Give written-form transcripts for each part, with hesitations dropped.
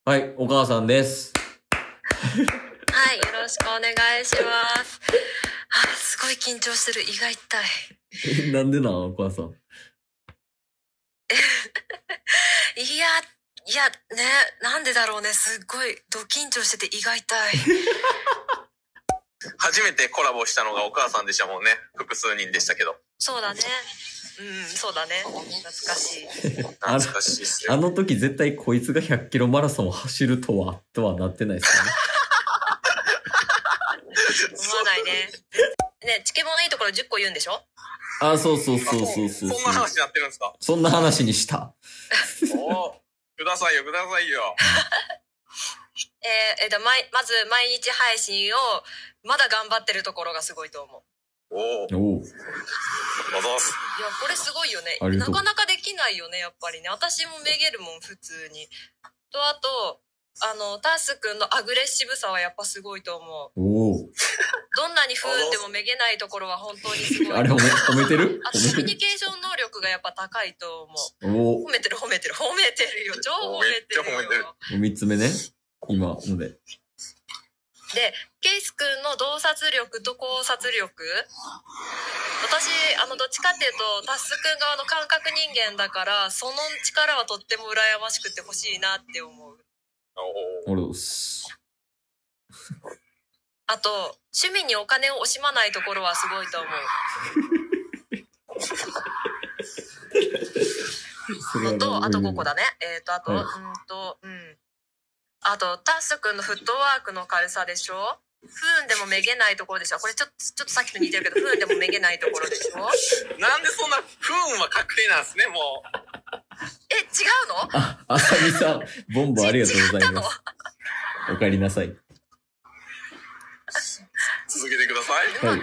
はい、お母さんです。 はい、よろしくお願いします。すごい緊張する。胃が痛い。なんでな、お母さん。 いや、ね、なんでだろうね。すっごい、ド緊張してて胃が痛い。 初めてコラボしたのがお母さんでしたもんね。複数人でしたけど。 そうだね。そうだね。懐かしい。 懐かしいっすよ。 あの時絶対こいつが100キロマラソンを走るとはなってないですよね。 思わないね。ね、チケボンのいいところ10個言うんでしょ？ あ、そう。そんな話になってるんですか？ そんな話にした。 くださいよ。 まず毎日配信をまだ頑張ってるところがすごいと思う。 おお。 いや、これすごいよね。なかなかできないよね、やっぱりね。私もめげるもん、普通に。あと、タスくんのアグレッシブさはやっぱすごいと思う。 お。 どんなに不運でもめげないところは本当にすごい。 あれ褒めてる？ あとコミュニケーション能力がやっぱ高いと思う。褒めてるよ。超褒めてるよ。 3つ目ね。今ので。 で、ケイスくんの洞察力と考察力。私、どっちかっていうと、タスくん側の感覚人間だから、その力はとっても羨ましくて欲しいなって思う。あと、趣味にお金を惜しまないところはすごいと思う。と、あと5個だね。あと、タスくんのフットワークの軽さでしょ？不運でもめげないところでしょ？これちょっとさっきと似てるけど、不運でもめげないところでしょ？ なんでそんな不運は確定なんですね、もう。 違うの？ あさみさん、ボンボありがとうございます。お帰りなさい。 続けてください。 はい。 いい？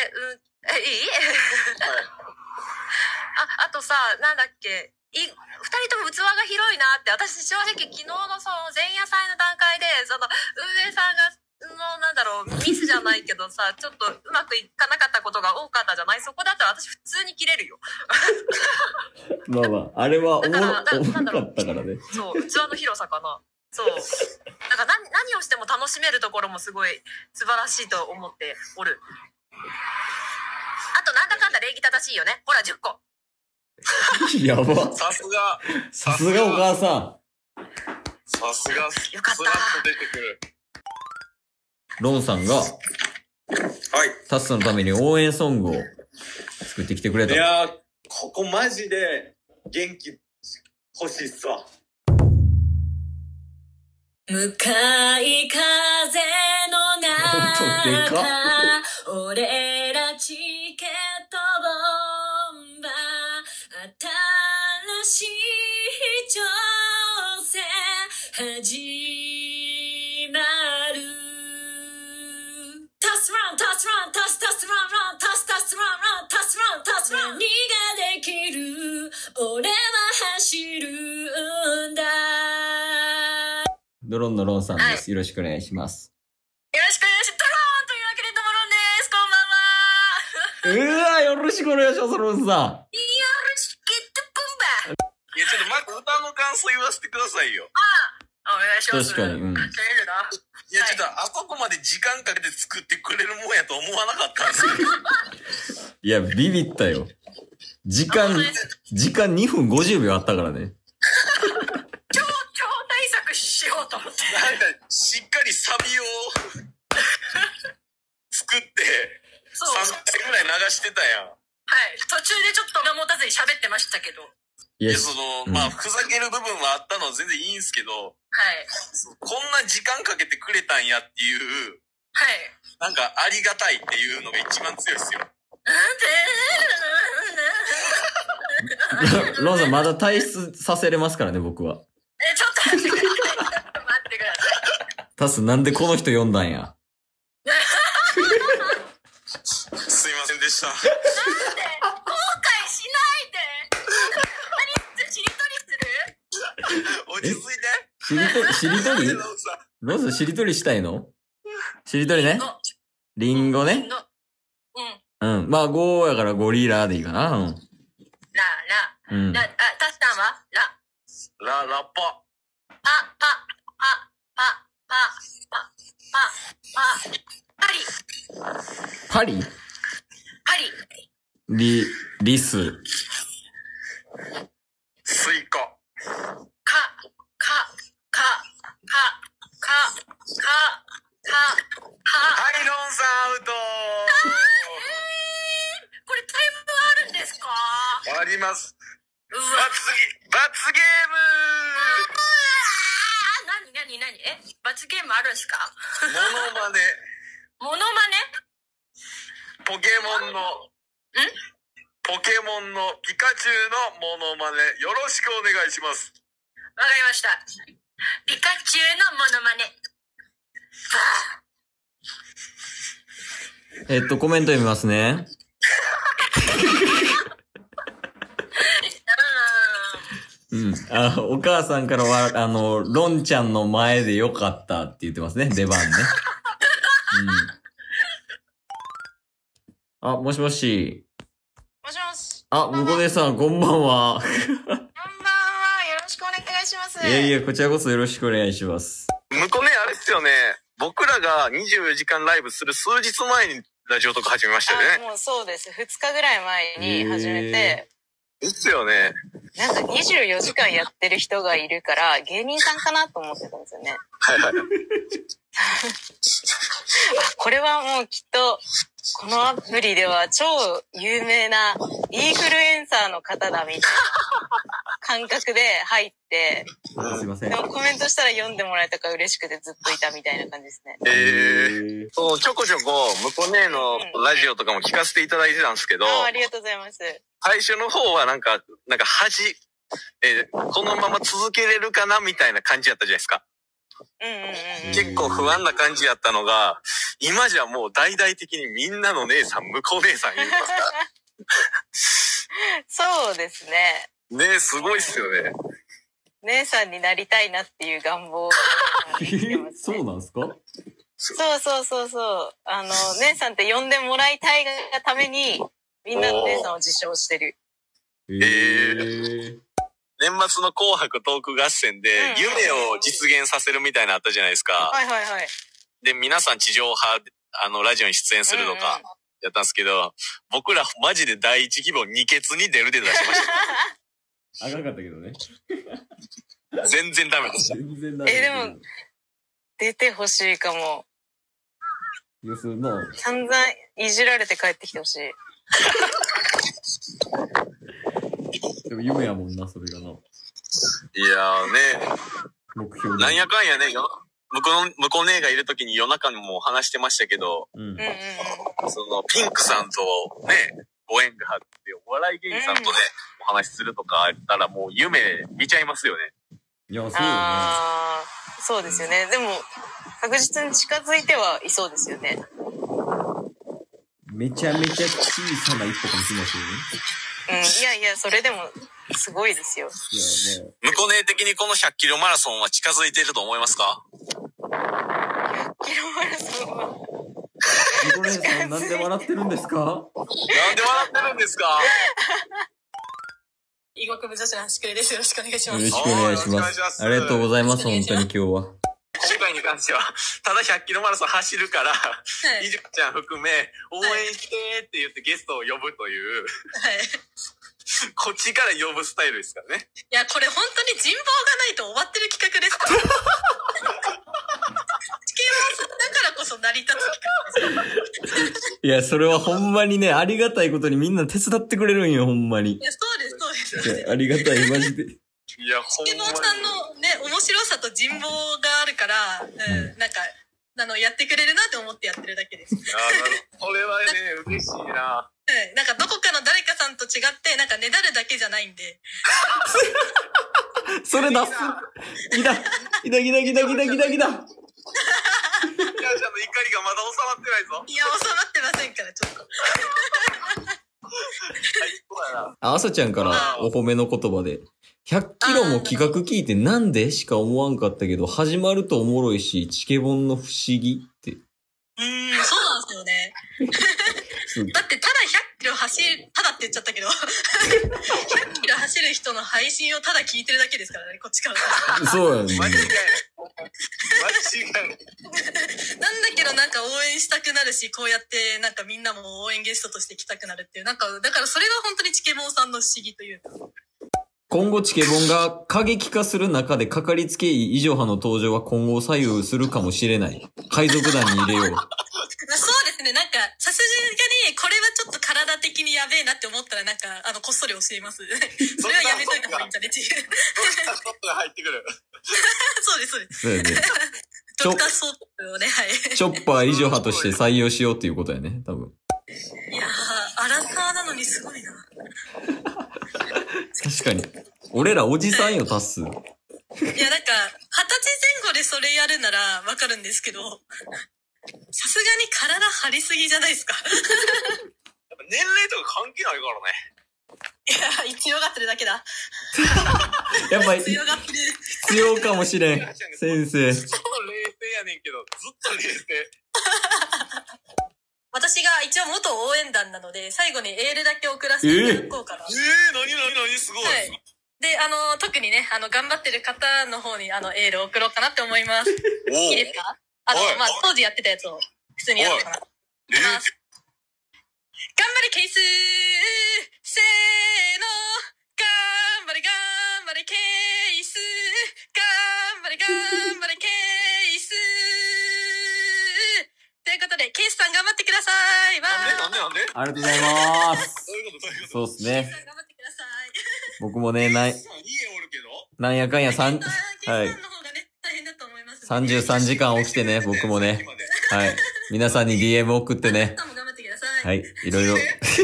あとさ、なんだっけ、二人とも器が広いなって、私正直昨日のその前夜祭の段階で、その運営さんが、ミスじゃないけどさ、ちょっとうまくいかなかったことが多かったじゃない？そこだったら私普通に切れるよ。 まあ、あれはおもろかったからね。 そう、器の広さかな。そう。だから何をしても楽しめるところもすごい素晴らしいと思っておる。あとなんだかんだ礼儀正しいよね。ほら10個。 やば。 さすがお母さん。 さすが。 よかった。 出てくる。 ロンさんが、はい。タスのために応援ソングを作ってきてくれた。 いやー、ここマジで元気欲しいっすわ。 向かい風の中俺らチケットボンバー新しい挑戦始まるタスランタスランタスタスランランタスタスランランタスランタスラン何ができる俺は走るんだ。 ドロンのロンさんです。よろしくお願いします。 よろしくお願いします。ドローンというわけでドロンです。こんばんは。 よろしくお願いします、ロンさん。 よろしくボンバー。 いや、ちょっとまず歌の感想言わせてくださいよ。 お願いします。 確かに。 いや、ちょっとあそこまで時間かけて作ってくれるもんやと思わなかったんですよ。 いや、ビビったよ。時間2分50秒あったからね。 超対策しようと思って。 なんか、しっかりサビを作って、3回ぐらい流してたやん。 はい。途中でちょっと持たずに喋ってましたけど。 いや、まあ、ふざける部分はあったのは全然いいんすけど、 はい。 こんな時間かけてくれたんやっていう、 はい。 なんかありがたいっていうのが一番強いっすよ。 ロンさんまだ退出させれますからね、僕は。 ちょっと待ってください。待ってください。 タス、なんでこの人呼んだんや。 すいませんでした。 なんで後悔しないで。何しりとりする？ 落ち着いて。 しりとりロンさんしりとりしたいの？しりとりね。リンゴね。うん。まあ、ゴーやからゴリラでいいかな。うん。 ラ。 うん。 タスさんはラッパ。 ラッパ。 パ。 パリリス。 スイカ。はい、ロンさんアウトこれタイムあるんですか？ あります。 うわ。 罰ゲーム何罰ゲームあるんですか？ モノマネ。ポケモンのピカチュウのモノマネ、よろしくお願いします。 わかりました。ピカチュウのモノマネ。 コメント読みますね。お母さんからは、ロンちゃんの前でよかったって言ってますね、出番ね。もしもし。 もしもし。 向こうでさん、こんばんは。 こんばんは。よろしくお願いします。 いや、こちらこそよろしくお願いします。 向こうね、あれっすよね。僕らが24時間ライブする数日前にラジオとか始めましたよね。 もうそうです。2日ぐらい前に始めて。 ですよね。 なんか24時間やってる人がいるから、芸人さんかなと思ってたんですよね。これはもうきっと、このアプリでは超有名なインフルエンサーの方だみたいな感覚で入って、 すいません。 でもコメントしたら読んでもらえたから嬉しくてずっといたみたいな感じですね。 そう、ちょこちょこ、向こうねのラジオとかも聞かせていただいてたんですけど、 ありがとうございます。 最初の方はなんかこのまま続けれるかなみたいな感じやったじゃないですか。結構不安な感じやったのが、今じゃもう大々的にみんなの姉さん、向こう姉さん言いますかそうですね。 ね、すごいっすよね。 姉さんになりたいなっていう願望がそうなんすか？ そう。姉さんって呼んでもらいたいがために、みんなの姉さんを自称してる。 年末の紅白トーク合戦で、夢を実現させるみたいなのあったじゃないですか。 はい。 で、皆さん地上波、ラジオに出演するとか、やったんですけど、僕らマジで第一希望二欠に出しました。 あかんかったけどね。 全然ダメでした。 全然ダメ。 でも、出てほしいかも。散々いじられて帰ってきてほしい。 でも夢やもんな、それがな。 いやーね。 目標なんやかんやね、向こう姉がいるときに夜中にも話してましたけど、ピンクさんとね、ご縁があって、お笑い芸人さんとね、お話しするとかあったらもう夢見ちゃいますよね。 いや、そうよね。 そうですよね。でも、確実に近づいてはいそうですよね。 めちゃめちゃ小さな一歩かもしれないですよね。 いや、それでも、すごいですよ。 向こう姉的にこの100キロマラソンは近づいていると思いますか？ 100 キロマラソンは。 向こう姉さん、なんで笑ってるんですか？ なんで笑ってるんですか？ 医学部女子の端くれです。よろしくお願いします。 よろしくお願いします。ありがとうございます、本当に今日は。 今回に関しては、ただ100キロマラソン走るから、いじちゃん含め、応援してって言ってゲストを呼ぶという、こっちから呼ぶスタイルですからね。 いや、これ本当に人望がないと終わってる企画ですから。チケモンさんだからこそ成り立つ企画です。 いや、それはほんまにね、ありがたいことにみんな手伝ってくれるんよ、ほんまに。 いや、そうです。 いや、ありがたい、マジで。 いや、ほんまに。 チケモンさんのね、面白さと人望があるから、なんか、やってくれるなって思ってやってるだけです。 これはね、嬉しいな。 なんかどこかの誰かさんと違って、なんかねだるだけじゃないんで。 それ出す。ギダ。 ギダ。ちゃんの怒りがまだ収まってないぞ。 いや、収まってませんから、ちょっと。 あさちゃんからお褒めの言葉で。100キロも企画聞いてなんでしか思わんかったけど、始まるとおもろいし、チケボンの不思議って。 そうなんですよね。だってただ100キロただって言っちゃったけど、100キロ走る人の配信をただ聞いてるだけですからね、こっちから。 そうやね。 間違いない。 なんだけどなんか応援援したくなるし、こうやってなんかみんなも応援ゲストとして来たくなるっていう、なんか、だからそれが本当にチケモンさんの不思議というか。 今後チケボンが過激化する中でかかりつけ医異常派の登場は今後左右するかもしれない。海賊団に入れよう。 そうですね、なんか、さすがにこれはちょっと体的にやべえなって思ったらなんか、こっそり教えます。それはやめといた方がいいんじゃねっていう。 ドクターストップが入ってくる。 そうです、そうです。 そうやね。 ドクターストップをね、はい。 チョッパー異常派として採用しようっていうことやね、多分。 いやー、アラサーなのにすごいな。 確かに。俺らおじさんよ、タス。 いや、なんか、20歳前後でそれやるならわかるんですけど、さすがに体張りすぎじゃないですか。 やっぱ年齢とか関係ないからね。 いや、強がってるだけだ。 やっぱり強がってる。 必要かもしれん。先生。 ずっと冷静やねんけど、ずっと冷静。 私が一応元応援団なので、最後にエールだけ送らせていただこうかな。 何すごい。はい。 で、特にね、頑張ってる方の方に、エールを送ろうかなって思います。いいですか？まあ、当時やってたやつを、普通にやってかな。頑張れケースせーの頑張れケース頑張れケースということで、ケースさん頑張ってください。 なんでありがとうございます。 どういうことそうっすね。 ケースさん頑張ってください。 僕もね、なんやかんやはい。33時間起きてね、僕もね。はい。皆さんに DM 送ってね。はい。いろいろ。83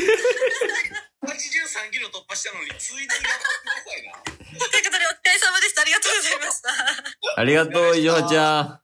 キロ突破したのに、ついでに頑張ってくださいな。 ということで、お疲れ様でした。ありがとうございました。 ありがとう、いじょはちゃん。